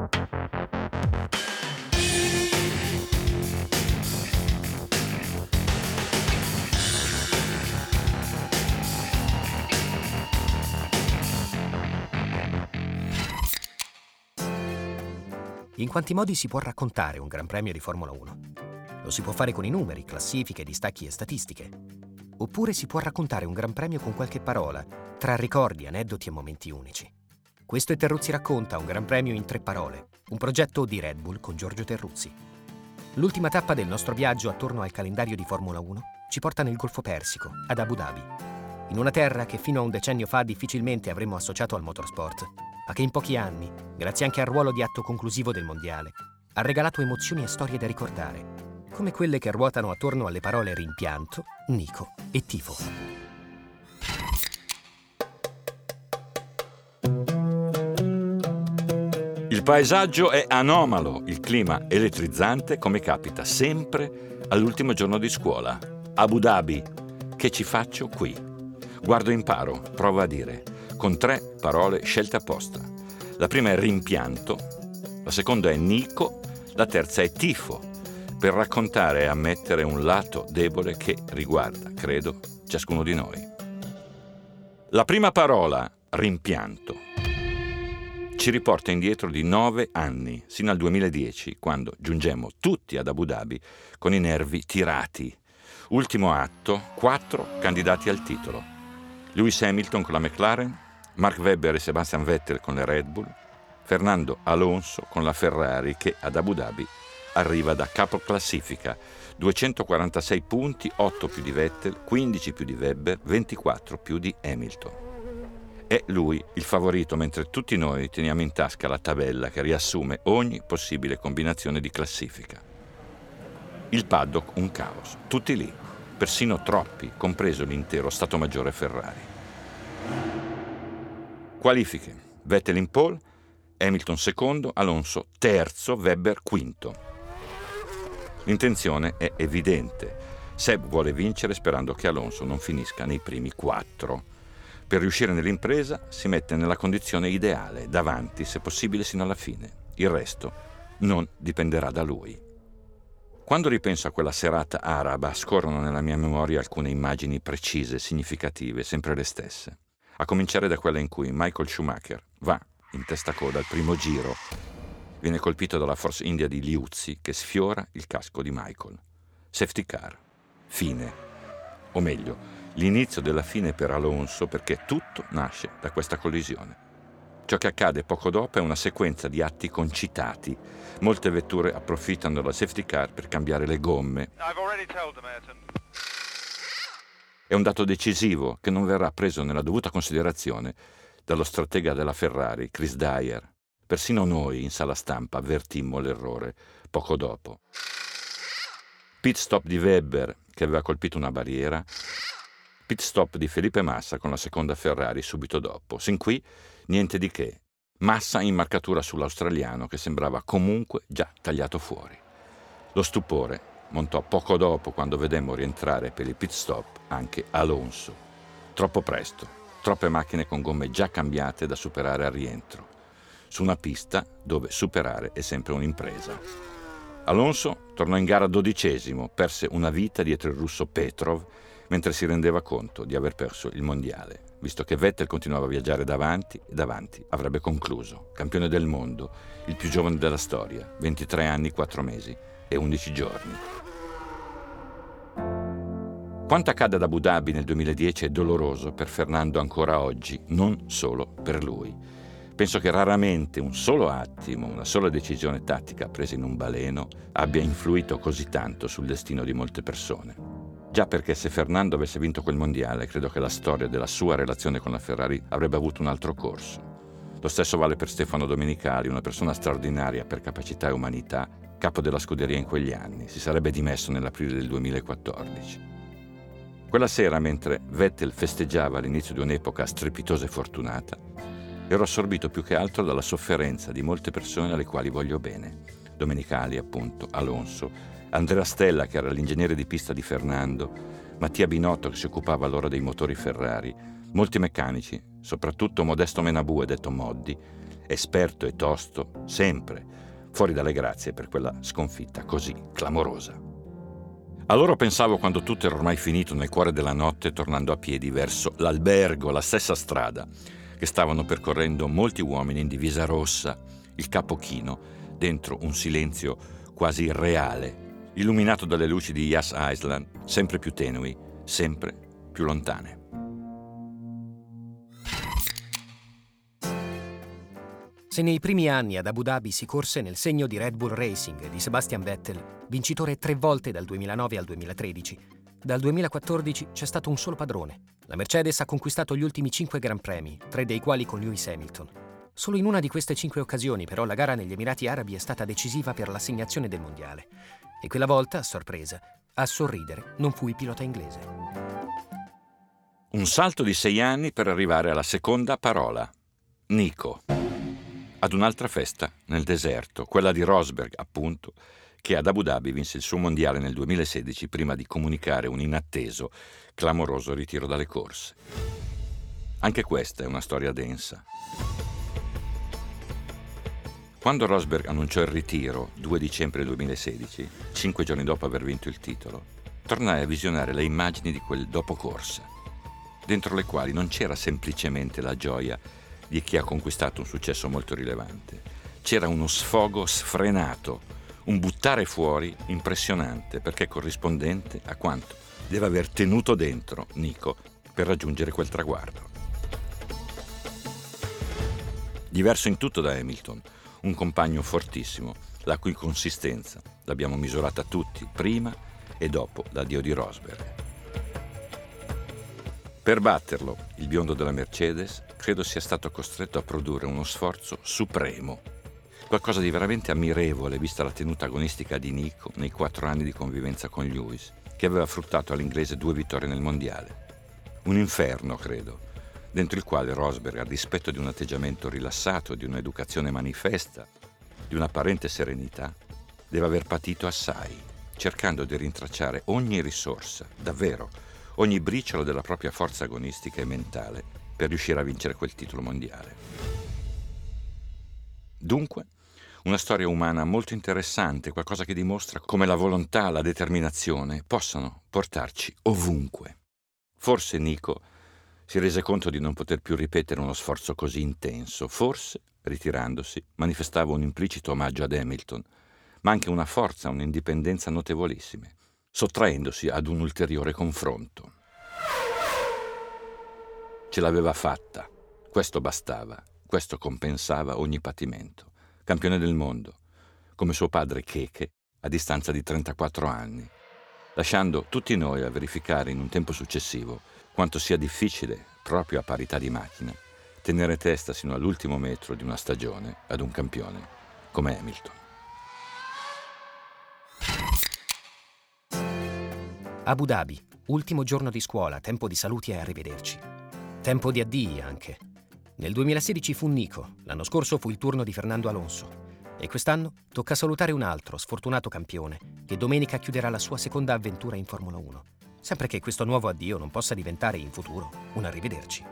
In quanti modi si può raccontare un Gran Premio di Formula 1? Lo si può fare con i numeri, classifiche, distacchi e statistiche. Oppure si può raccontare un Gran Premio con qualche parola, tra ricordi, aneddoti e momenti unici. Questo è Terruzzi racconta, un Gran Premio in 3 parole, un progetto di Red Bull con Giorgio Terruzzi. L'ultima tappa del nostro viaggio attorno al calendario di Formula 1 ci porta nel Golfo Persico, ad Abu Dhabi, in una terra che fino a un decennio fa difficilmente avremmo associato al motorsport, ma che in pochi anni, grazie anche al ruolo di atto conclusivo del mondiale, ha regalato emozioni e storie da ricordare, come quelle che ruotano attorno alle parole rimpianto, Nico e tifo. Il paesaggio è anomalo, il clima elettrizzante, come capita sempre all'ultimo giorno di scuola. Abu Dhabi, che ci faccio qui? Guardo e imparo, provo a dire, con 3 parole scelte apposta. La prima è rimpianto, la seconda è Nico, la terza è tifo, per raccontare e ammettere un lato debole che riguarda, credo, ciascuno di noi. La prima parola, rimpianto, ci riporta indietro di 9 anni, sino al 2010, quando giungemmo tutti ad Abu Dhabi con i nervi tirati. Ultimo atto, 4 candidati al titolo. Lewis Hamilton con la McLaren, Mark Webber e Sebastian Vettel con le Red Bull, Fernando Alonso con la Ferrari che ad Abu Dhabi arriva da capo classifica, 246 punti, 8 più di Vettel, 15 più di Webber, 24 più di Hamilton. È lui il favorito, mentre tutti noi teniamo in tasca la tabella che riassume ogni possibile combinazione di classifica. Il paddock un caos, tutti lì, persino troppi, compreso l'intero Stato Maggiore Ferrari. Qualifiche: Vettel in pole, Hamilton secondo, Alonso terzo, Webber quinto. L'intenzione è evidente. Seb vuole vincere sperando che Alonso non finisca nei primi 4. Per riuscire nell'impresa si mette nella condizione ideale, davanti, se possibile sino alla fine. Il resto non dipenderà da lui. Quando ripenso a quella serata araba, scorrono nella mia memoria alcune immagini precise, significative, sempre le stesse. A cominciare da quella in cui Michael Schumacher va in testa coda al primo giro. Viene colpito dalla Force India di Liuzzi che sfiora il casco di Michael. Safety car. Fine. O meglio, l'inizio della fine per Alonso, perché tutto nasce da questa collisione. Ciò che accade poco dopo è una sequenza di atti concitati. Molte vetture approfittano della safety car per cambiare le gomme. È un dato decisivo che non verrà preso nella dovuta considerazione dallo stratega della Ferrari, Chris Dyer. Persino noi in sala stampa avvertimmo l'errore poco dopo. Pit stop di Webber che aveva colpito una barriera. Pit stop di Felipe Massa con la seconda Ferrari subito dopo. Sin qui niente di che. Massa in marcatura sull'australiano che sembrava comunque già tagliato fuori. Lo stupore montò poco dopo quando vedemmo rientrare per il pit stop anche Alonso. Troppo presto, troppe macchine con gomme già cambiate da superare al rientro, su una pista dove superare è sempre un'impresa. Alonso tornò in gara 12°, perse una vita dietro il russo Petrov mentre si rendeva conto di aver perso il mondiale, visto che Vettel continuava a viaggiare davanti e davanti avrebbe concluso, campione del mondo, il più giovane della storia, 23 anni, 4 mesi e 11 giorni. Quanto accade ad Abu Dhabi nel 2010 è doloroso per Fernando ancora oggi, non solo per lui. Penso che raramente un solo attimo, una sola decisione tattica presa in un baleno abbia influito così tanto sul destino di molte persone. Già perché se Fernando avesse vinto quel mondiale, credo che la storia della sua relazione con la Ferrari avrebbe avuto un altro corso. Lo stesso vale per Stefano Domenicali, una persona straordinaria per capacità e umanità, capo della scuderia in quegli anni. Si sarebbe dimesso nell'aprile del 2014. Quella sera, mentre Vettel festeggiava l'inizio di un'epoca strepitosa e fortunata, ero assorbito più che altro dalla sofferenza di molte persone alle quali voglio bene. Domenicali, appunto, Alonso, Andrea Stella, che era l'ingegnere di pista di Fernando, Mattia Binotto, che si occupava allora dei motori Ferrari, molti meccanici, soprattutto Modesto Menabue, detto Moddi, esperto e tosto, sempre fuori dalle grazie per quella sconfitta così clamorosa. Allora pensavo, quando tutto era ormai finito, nel cuore della notte, tornando a piedi verso l'albergo, la stessa strada che stavano percorrendo molti uomini in divisa rossa, il capo chino, dentro un silenzio quasi irreale, illuminato dalle luci di Yas Island, sempre più tenui, sempre più lontane. Se nei primi anni ad Abu Dhabi si corse nel segno di Red Bull Racing e di Sebastian Vettel, vincitore 3 volte dal 2009 al 2013, dal 2014 c'è stato un solo padrone. La Mercedes ha conquistato gli ultimi 5 Gran Premi, 3 dei quali con Lewis Hamilton. Solo in una di queste 5 occasioni, però, la gara negli Emirati Arabi è stata decisiva per l'assegnazione del mondiale. E quella volta, a sorpresa, a sorridere non fu il pilota inglese. Un salto di 6 anni per arrivare alla seconda parola. Nico. Ad un'altra festa nel deserto, quella di Rosberg, appunto, che ad Abu Dhabi vinse il suo mondiale nel 2016 prima di comunicare un inatteso, clamoroso ritiro dalle corse. Anche questa è una storia densa. Quando Rosberg annunciò il ritiro, 2 dicembre 2016, 5 giorni dopo aver vinto il titolo, tornai a visionare le immagini di quel dopocorsa, dentro le quali non c'era semplicemente la gioia di chi ha conquistato un successo molto rilevante. C'era uno sfogo sfrenato, un buttare fuori impressionante, perché corrispondente a quanto deve aver tenuto dentro Nico per raggiungere quel traguardo. Diverso in tutto da Hamilton, un compagno fortissimo, la cui consistenza l'abbiamo misurata tutti, prima e dopo l'addio di Rosberg. Per batterlo, il biondo della Mercedes credo sia stato costretto a produrre uno sforzo supremo, qualcosa di veramente ammirevole vista la tenuta agonistica di Nico nei 4 anni di convivenza con Lewis, che aveva fruttato all'inglese 2 vittorie nel mondiale. Un inferno, credo, dentro il quale Rosberg, a dispetto di un atteggiamento rilassato, di un'educazione manifesta, di un'apparente serenità, deve aver patito assai, cercando di rintracciare ogni risorsa, davvero, ogni briciolo della propria forza agonistica e mentale per riuscire a vincere quel titolo mondiale. Dunque, una storia umana molto interessante, qualcosa che dimostra come la volontà, la determinazione possano portarci ovunque. Forse Nico si rese conto di non poter più ripetere uno sforzo così intenso, forse, ritirandosi, manifestava un implicito omaggio ad Hamilton, ma anche una forza, un'indipendenza notevolissime, sottraendosi ad un ulteriore confronto. Ce l'aveva fatta, questo bastava, questo compensava ogni patimento. Campione del mondo, come suo padre Keke, a distanza di 34 anni, lasciando tutti noi a verificare in un tempo successivo quanto sia difficile, proprio a parità di macchina, tenere testa sino all'ultimo metro di una stagione ad un campione come Hamilton. Abu Dhabi, ultimo giorno di scuola, tempo di saluti e arrivederci. Tempo di addii anche. Nel 2016 fu Nico, l'anno scorso fu il turno di Fernando Alonso. E quest'anno tocca salutare un altro sfortunato campione che domenica chiuderà la sua seconda avventura in Formula 1. Sempre che questo nuovo addio non possa diventare in futuro un arrivederci.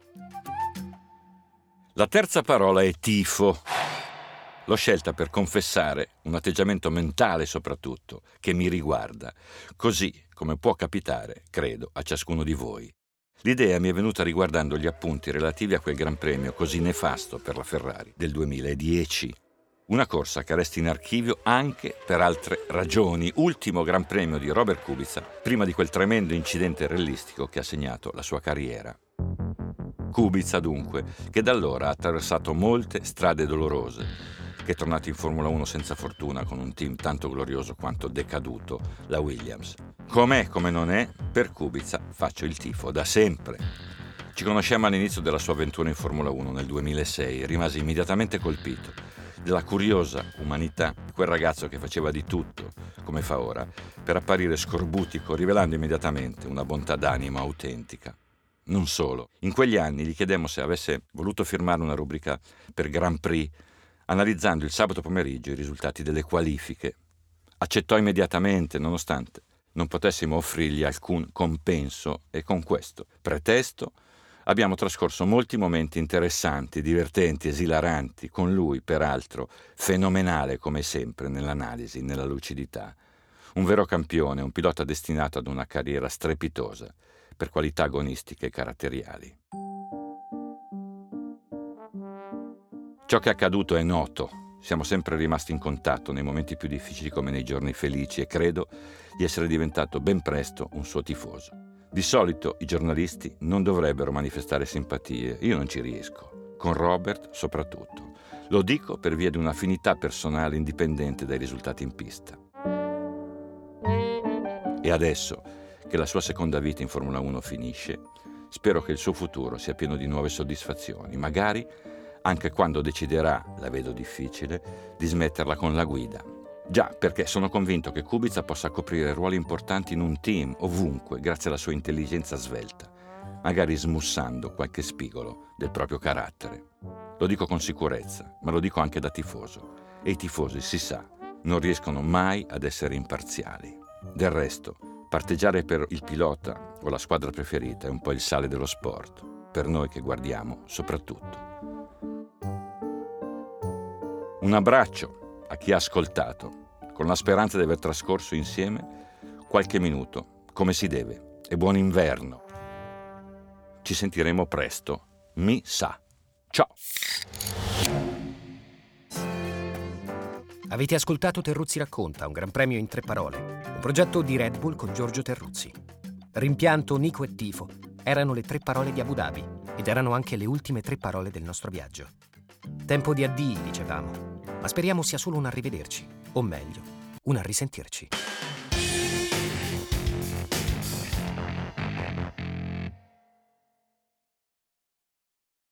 La terza parola è tifo. L'ho scelta per confessare un atteggiamento mentale soprattutto, che mi riguarda, così come può capitare, credo, a ciascuno di voi. L'idea mi è venuta riguardando gli appunti relativi a quel Gran Premio così nefasto per la Ferrari del 2010. Una corsa che resta in archivio anche per altre ragioni. Ultimo Gran Premio di Robert Kubica prima di quel tremendo incidente rallistico che ha segnato la sua carriera. Kubica, dunque, che da allora ha attraversato molte strade dolorose, che è tornato in Formula 1 senza fortuna con un team tanto glorioso quanto decaduto, la Williams. Com'è, come non è, per Kubica faccio il tifo da sempre. Ci conosciamo all'inizio della sua avventura in Formula 1 nel 2006 e rimasi immediatamente colpito della curiosa umanità di quel ragazzo che faceva di tutto, come fa ora, per apparire scorbutico, rivelando immediatamente una bontà d'animo autentica. Non solo. In quegli anni gli chiedemmo se avesse voluto firmare una rubrica per Grand Prix, analizzando il sabato pomeriggio i risultati delle qualifiche. Accettò immediatamente, nonostante non potessimo offrirgli alcun compenso, e con questo pretesto Abbiamo trascorso molti momenti interessanti, divertenti, esilaranti, con lui, peraltro, fenomenale come sempre nell'analisi, nella lucidità. Un vero campione, un pilota destinato ad una carriera strepitosa per qualità agonistiche e caratteriali. Ciò che è accaduto è noto. Siamo sempre rimasti in contatto nei momenti più difficili come nei giorni felici e credo di essere diventato ben presto un suo tifoso. Di solito i giornalisti non dovrebbero manifestare simpatie, io non ci riesco, con Robert soprattutto. Lo dico per via di un'affinità personale indipendente dai risultati in pista. E adesso che la sua seconda vita in Formula 1 finisce, spero che il suo futuro sia pieno di nuove soddisfazioni, magari anche quando deciderà, la vedo difficile, di smetterla con la guida. Già, perché sono convinto che Kubica possa coprire ruoli importanti in un team, ovunque, grazie alla sua intelligenza svelta, magari smussando qualche spigolo del proprio carattere. Lo dico con sicurezza, ma lo dico anche da tifoso. E i tifosi, si sa, non riescono mai ad essere imparziali. Del resto, parteggiare per il pilota o la squadra preferita è un po' il sale dello sport, per noi che guardiamo soprattutto. Un abbraccio a chi ha ascoltato, con la speranza di aver trascorso insieme qualche minuto, come si deve, e buon inverno. Ci sentiremo presto, mi sa. Ciao! Avete ascoltato Terruzzi racconta, un gran premio in 3 parole, un progetto di Red Bull con Giorgio Terruzzi. Rimpianto, Nico e tifo erano le 3 parole di Abu Dhabi ed erano anche le ultime 3 parole del nostro viaggio. Tempo di addii, dicevamo, ma speriamo sia solo un arrivederci, o meglio, un arrisentirci.